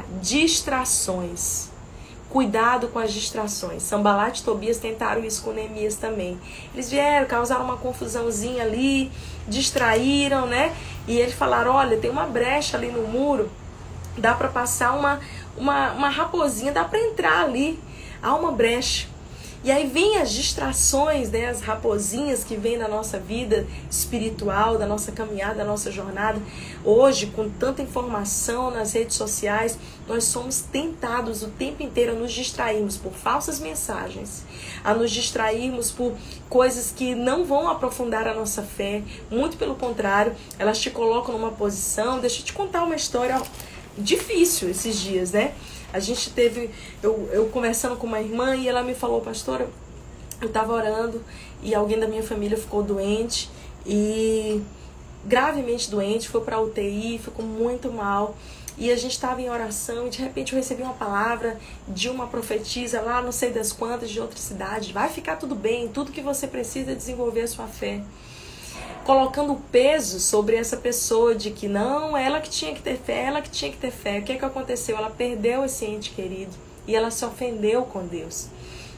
distrações. Cuidado com as distrações. Sambalate e Tobias tentaram isso com Neemias também. Eles vieram, causaram uma confusãozinha ali, distraíram, né? E eles falaram: olha, tem uma brecha ali no muro, dá para passar uma raposinha, dá para entrar ali. Há uma brecha. E aí vem as distrações, né, as raposinhas que vêm na nossa vida espiritual, da nossa caminhada, da nossa jornada. Hoje, com tanta informação nas redes sociais, nós somos tentados o tempo inteiro a nos distrairmos por falsas mensagens, a nos distrairmos por coisas que não vão aprofundar a nossa fé. Muito pelo contrário, elas te colocam numa posição. Deixa eu te contar uma história difícil esses dias, né? A gente teve, eu conversando com uma irmã e ela me falou: pastora, eu estava orando e alguém da minha família ficou doente, e gravemente doente, foi para UTI, ficou muito mal. E a gente estava em oração e de repente eu recebi uma palavra de uma profetisa lá, não sei das quantas, de outra cidade: vai ficar tudo bem, tudo que você precisa é desenvolver a sua fé. Colocando peso sobre essa pessoa de que não, ela que tinha que ter fé, ela que tinha que ter fé. O que é que aconteceu? Ela perdeu esse ente querido e ela se ofendeu com Deus.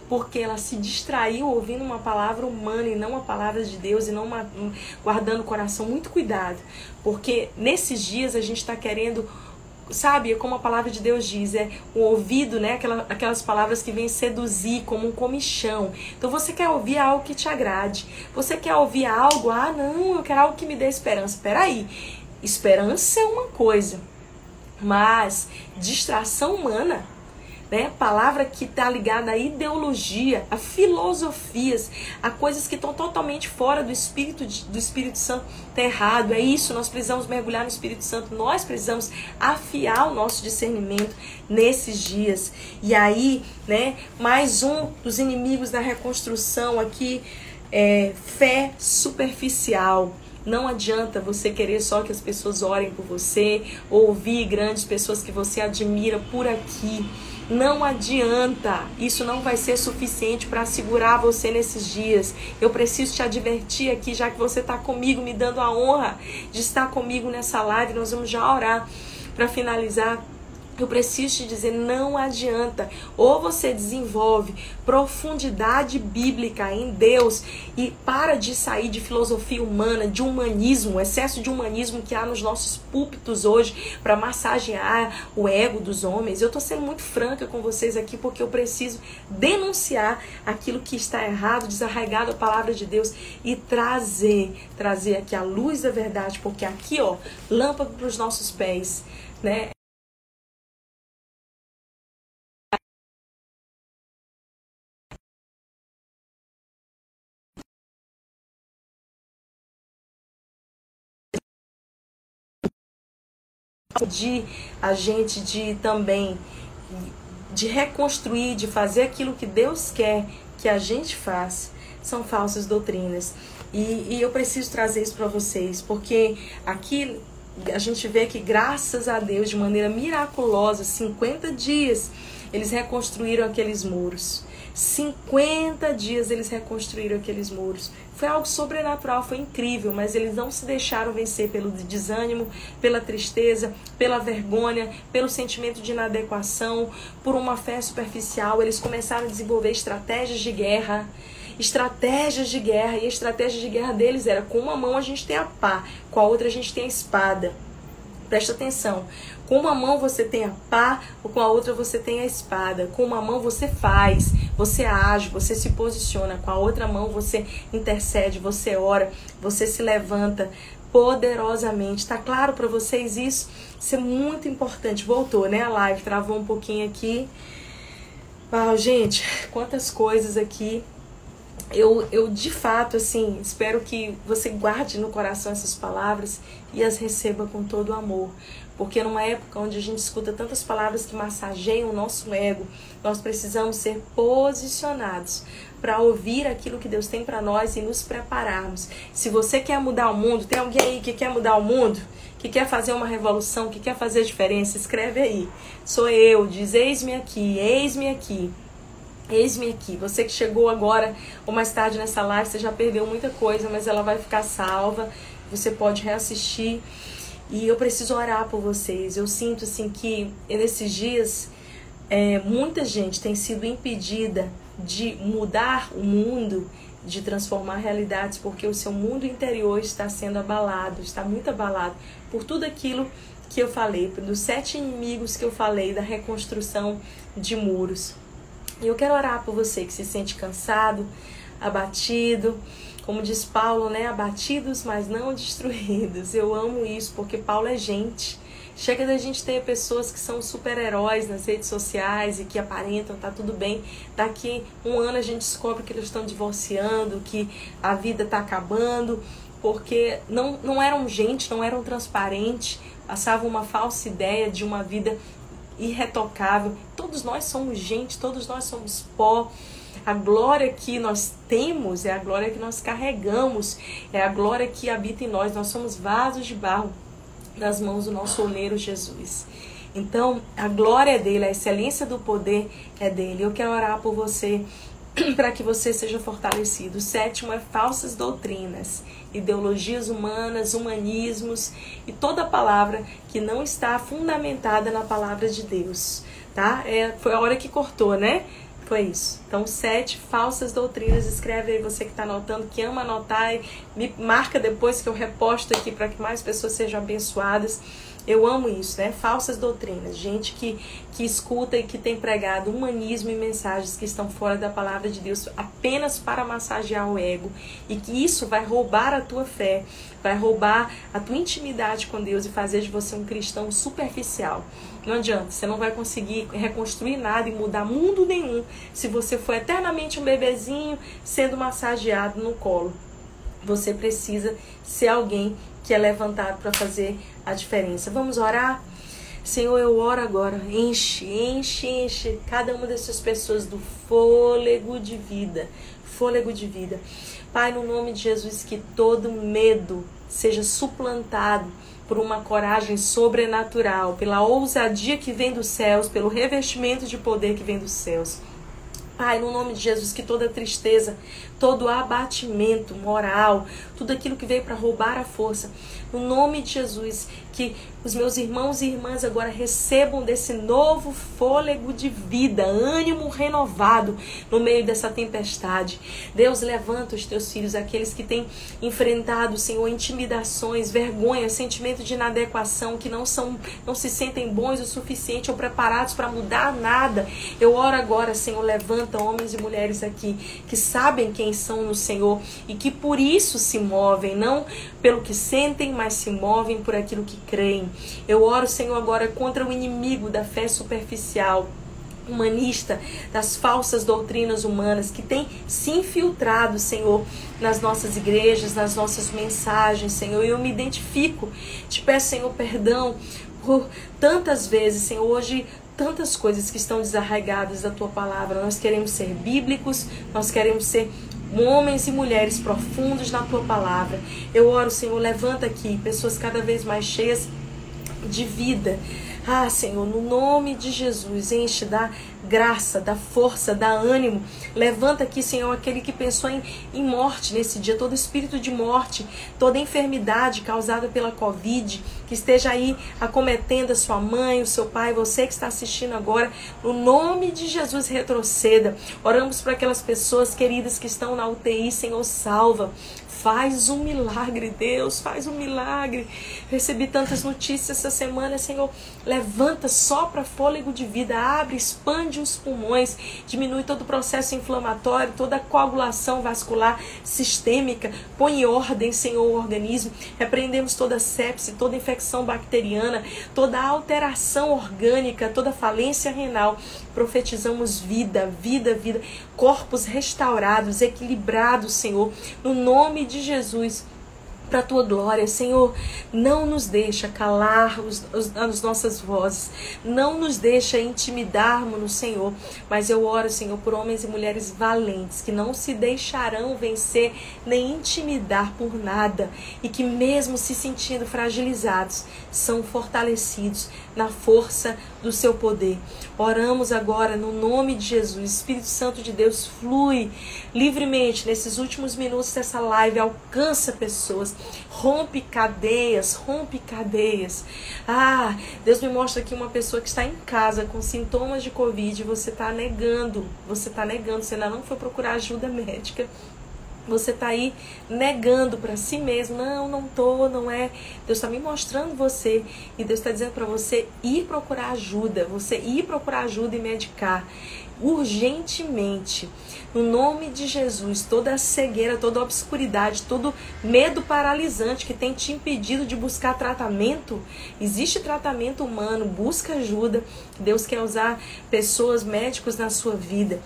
porque ela se distraiu ouvindo uma palavra humana e não uma palavra de Deus, e não guardando o coração. Muito cuidado, porque nesses dias a gente está querendo, sabe, como a palavra de Deus diz, o ouvido, né, aquelas palavras que vêm seduzir como um comichão. Então você quer ouvir algo que te agrade, você quer ouvir algo, não, eu quero algo que me dê esperança. Peraí, esperança é uma coisa, mas distração humana, né? Palavra que está ligada à ideologia, a filosofias, a coisas que estão totalmente fora do Espírito Santo, está errado. É isso, nós precisamos mergulhar no Espírito Santo, nós precisamos afiar o nosso discernimento nesses dias. E aí, né, mais um dos inimigos da reconstrução aqui é fé superficial. Não adianta você querer só que as pessoas orem por você, ou ouvir grandes pessoas que você admira por aqui. Não adianta, isso não vai ser suficiente para segurar você nesses dias. Eu preciso te advertir aqui, já que você está comigo, me dando a honra de estar comigo nessa live. Nós vamos já orar para finalizar. Eu preciso te dizer, não adianta. Ou você desenvolve profundidade bíblica em Deus e para de sair de filosofia humana, de humanismo, excesso de humanismo que há nos nossos púlpitos hoje para massagear o ego dos homens. Eu estou sendo muito franca com vocês aqui porque eu preciso denunciar aquilo que está errado, desarraigado a palavra de Deus e trazer aqui a luz da verdade, porque aqui, ó, lâmpada para os nossos pés, né? De também de reconstruir, de fazer aquilo que Deus quer que a gente faça, são falsas doutrinas. E eu preciso trazer isso para vocês, porque aqui a gente vê que, graças a Deus, de maneira miraculosa, 50 dias eles reconstruíram aqueles muros. 50 dias eles reconstruíram aqueles muros. Foi algo sobrenatural, foi incrível, mas eles não se deixaram vencer pelo desânimo, pela tristeza, pela vergonha, pelo sentimento de inadequação, por uma fé superficial. Eles começaram a desenvolver estratégias de guerra. E a estratégia de guerra deles era: com uma mão a gente tem a pá, com a outra a gente tem a espada. Presta atenção, com uma mão você tem a pá, ou com a outra você tem a espada. Com uma mão você faz, você age, você se posiciona. Com a outra mão você intercede, você ora, você se levanta poderosamente. Tá claro para vocês isso? Isso é muito importante. Voltou, né? A live travou um pouquinho aqui. Gente, quantas coisas aqui. Eu de fato, assim, espero que você guarde no coração essas palavras e as receba com todo o amor. Porque numa época onde a gente escuta tantas palavras que massageiam o nosso ego, nós precisamos ser posicionados para ouvir aquilo que Deus tem para nós e nos prepararmos. Se você quer mudar o mundo, tem alguém aí que quer mudar o mundo? Que quer fazer uma revolução, que quer fazer a diferença? Escreve aí. Sou eu, diz: eis-me aqui, eis-me aqui. Eis-me aqui. Você que chegou agora ou mais tarde nessa live, você já perdeu muita coisa, mas ela vai ficar salva. Você pode reassistir. E eu preciso orar por vocês. Eu sinto assim que nesses dias muita gente tem sido impedida de mudar o mundo, de transformar realidades, porque o seu mundo interior está sendo abalado, está muito abalado por tudo aquilo que eu falei, dos 7 inimigos que eu falei da reconstrução de muros. E eu quero orar por você que se sente cansado, abatido, como diz Paulo, né? Abatidos, mas não destruídos. Eu amo isso, porque Paulo é gente. Chega da gente ter pessoas que são super-heróis nas redes sociais e que aparentam, tá tudo bem. Daqui um ano a gente descobre que eles estão divorciando, que a vida tá acabando, porque não eram gente, não eram transparentes, passavam uma falsa ideia de uma vida irretocável. Todos nós somos gente, todos nós somos pó. A glória que nós temos é a glória que nós carregamos, é a glória que habita em nós. Nós somos vasos de barro nas mãos do nosso oleiro Jesus. Então, a glória é dele, a excelência do poder é dele. Eu quero orar por você, para que você seja fortalecido. O 7º é falsas doutrinas, ideologias humanas, humanismos e toda palavra que não está fundamentada na palavra de Deus, tá? Foi a hora que cortou, né? Foi isso. Então, 7 falsas doutrinas. Escreve aí, você que está anotando, que ama anotar, e me marca depois que eu reposto aqui para que mais pessoas sejam abençoadas. Eu amo isso, né? Falsas doutrinas. Gente que escuta e que tem pregado humanismo e mensagens que estão fora da palavra de Deus apenas para massagear o ego. E que isso vai roubar a tua fé, vai roubar a tua intimidade com Deus e fazer de você um cristão superficial. Não adianta, você não vai conseguir reconstruir nada e mudar mundo nenhum se você for eternamente um bebezinho sendo massageado no colo. Você precisa ser alguém que é levantado para fazer a diferença. Vamos orar? Senhor, eu oro agora. Enche cada uma dessas pessoas do fôlego de vida. Fôlego de vida. Pai, no nome de Jesus, que todo medo seja suplantado por uma coragem sobrenatural, pela ousadia que vem dos céus, pelo revestimento de poder que vem dos céus. Pai, no nome de Jesus, que toda tristeza, todo abatimento moral, tudo aquilo que veio para roubar a força, no nome de Jesus, que os meus irmãos e irmãs agora recebam desse novo fôlego de vida, ânimo renovado no meio dessa tempestade. Deus, levanta os teus filhos, aqueles que têm enfrentado, Senhor, intimidações, vergonha, sentimento de inadequação, que não se sentem bons o suficiente ou preparados para mudar nada. Eu oro agora, Senhor, levanta homens e mulheres aqui que sabem quem são no Senhor e que por isso se movem, não pelo que sentem, mas se movem por aquilo que creem. Eu oro, Senhor, agora contra o inimigo da fé superficial, humanista, das falsas doutrinas humanas que tem se infiltrado, Senhor, nas nossas igrejas, nas nossas mensagens, Senhor. Eu me identifico, te peço, Senhor, perdão por tantas vezes, Senhor, hoje tantas coisas que estão desarraigadas da tua palavra. Nós queremos ser bíblicos, nós queremos ser homens e mulheres profundos na tua palavra. Eu oro, Senhor, levanta aqui pessoas cada vez mais cheias de vida. Ah, Senhor, no nome de Jesus, enche da graça, da força, da ânimo. Levanta aqui, Senhor, aquele que pensou em morte nesse dia, todo espírito de morte, toda enfermidade causada pela Covid, que esteja aí acometendo a sua mãe, o seu pai, você que está assistindo agora, no nome de Jesus, retroceda. Oramos para aquelas pessoas queridas que estão na UTI, Senhor, salva. Faz um milagre, Deus, faz um milagre. Recebi tantas notícias essa semana, Senhor. Levanta, sopra fôlego de vida, abre, expande os pulmões, diminui todo o processo inflamatório, toda a coagulação vascular sistêmica. Põe em ordem, Senhor, o organismo. Repreendemos toda sepse, toda infecção bacteriana, toda alteração orgânica, toda falência renal. Profetizamos vida, vida, vida. Corpos restaurados, equilibrados, Senhor, no nome de Jesus, para a tua glória, Senhor. Não nos deixa calar as nossas vozes, não nos deixa intimidarmos no Senhor, mas eu oro, Senhor, por homens e mulheres valentes, que não se deixarão vencer nem intimidar por nada, e que mesmo se sentindo fragilizados, são fortalecidos na força do seu poder. Oramos agora no nome de Jesus. Espírito Santo de Deus, flui livremente nesses últimos minutos dessa live, alcança pessoas, rompe cadeias, rompe cadeias. Ah, Deus me mostra aqui uma pessoa que está em casa com sintomas de Covid, você está negando, você ainda não foi procurar ajuda médica. Você está aí negando para si mesmo, não tô, não é. Deus está me mostrando você, e Deus está dizendo para você ir procurar ajuda, e medicar urgentemente. No nome de Jesus, toda a cegueira, toda a obscuridade, todo medo paralisante que tem te impedido de buscar tratamento, existe tratamento humano, busca ajuda. Deus quer usar pessoas, médicos na sua vida.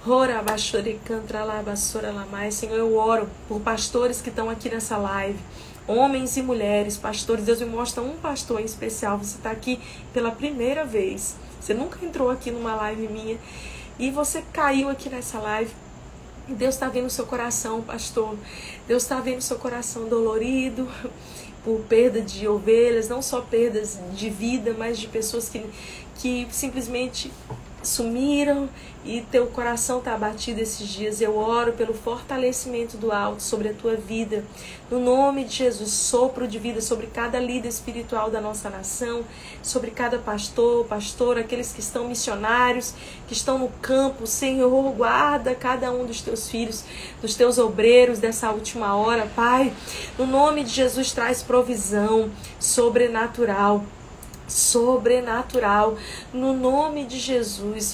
Senhor, eu oro por pastores que estão aqui nessa live, homens e mulheres, pastores. Deus me mostra um pastor em especial. Você está aqui pela primeira vez, você nunca entrou aqui numa live minha, e você caiu aqui nessa live. Deus está vendo o seu coração, pastor. Deus está vendo o seu coração dolorido por perda de ovelhas, não só perdas de vida, mas de pessoas que simplesmente sumiram e teu coração está abatido esses dias, eu oro pelo fortalecimento do alto sobre a tua vida. No nome de Jesus, sopro de vida sobre cada líder espiritual da nossa nação, sobre cada pastor, pastora, aqueles que estão missionários, que estão no campo. Senhor, guarda cada um dos teus filhos, dos teus obreiros dessa última hora, Pai. No nome de Jesus, traz provisão sobrenatural. No nome de Jesus.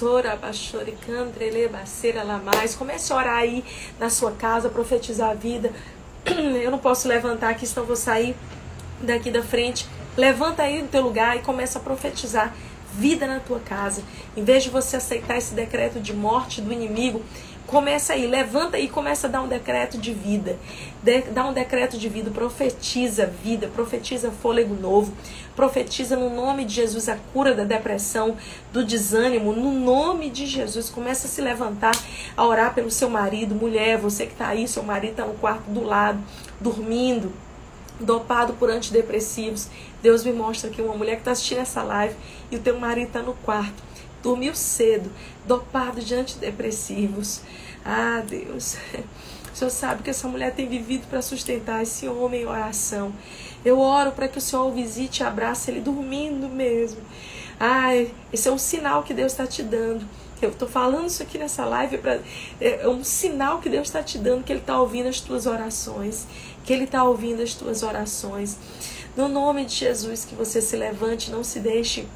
Comece a orar aí na sua casa, profetizar a vida. Eu não posso levantar aqui, senão vou sair daqui da frente. Levanta aí no teu lugar e começa a profetizar vida na tua casa. Em vez de você aceitar esse decreto de morte do inimigo, começa aí, levanta aí e começa a dar um decreto de vida. Dá um decreto de vida, profetiza vida, profetiza fôlego novo. Profetiza no nome de Jesus a cura da depressão, do desânimo, no nome de Jesus. Começa a se levantar, a orar pelo seu marido, mulher, você que está aí, seu marido está no quarto do lado, dormindo, dopado por antidepressivos. Deus me mostra aqui uma mulher que está assistindo essa live e o teu marido está no quarto, dormiu cedo, dopado de antidepressivos. Ah, Deus, o Senhor sabe que essa mulher tem vivido para sustentar esse homem em oração. Eu oro para que o Senhor o visite e abrace ele dormindo mesmo. Ai, esse é um sinal que Deus está te dando. Eu estou falando isso aqui nessa live, é um sinal que Deus está te dando, que Ele está ouvindo as tuas orações. Que Ele está ouvindo as tuas orações. No nome de Jesus, que você se levante, não se deixe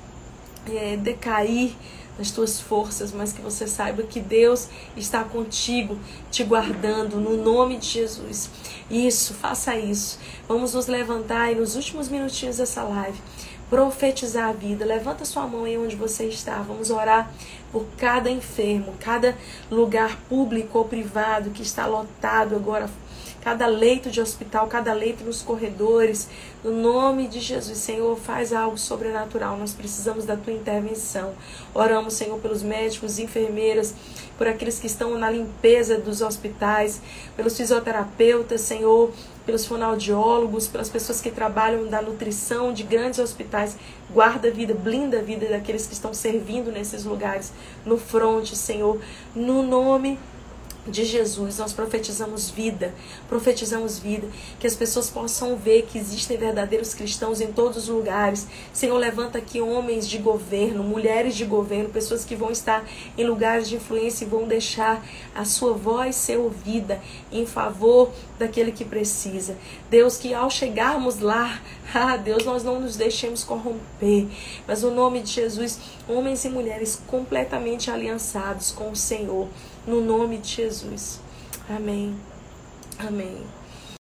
decair nas tuas forças, mas que você saiba que Deus está contigo, te guardando, no nome de Jesus. Isso, faça isso. Vamos nos levantar e nos últimos minutinhos dessa live, profetizar a vida. Levanta sua mão aí onde você está. Vamos orar por cada enfermo, cada lugar público ou privado que está lotado agora, cada leito de hospital, cada leito nos corredores. No nome de Jesus, Senhor, faz algo sobrenatural. Nós precisamos da tua intervenção. Oramos, Senhor, pelos médicos, enfermeiras, por aqueles que estão na limpeza dos hospitais, pelos fisioterapeutas, Senhor, pelos fonoaudiólogos, pelas pessoas que trabalham da nutrição de grandes hospitais. Guarda a vida, blinda a vida daqueles que estão servindo nesses lugares, no fronte, Senhor, no nome de Jesus. Nós profetizamos vida, que as pessoas possam ver que existem verdadeiros cristãos em todos os lugares. Senhor, levanta aqui homens de governo, mulheres de governo, pessoas que vão estar em lugares de influência e vão deixar a sua voz ser ouvida em favor daquele que precisa. Deus, que ao chegarmos lá, Deus, nós não nos deixemos corromper, mas no nome de Jesus, homens e mulheres completamente aliançados com o Senhor, no nome de Jesus. Amém. Amém.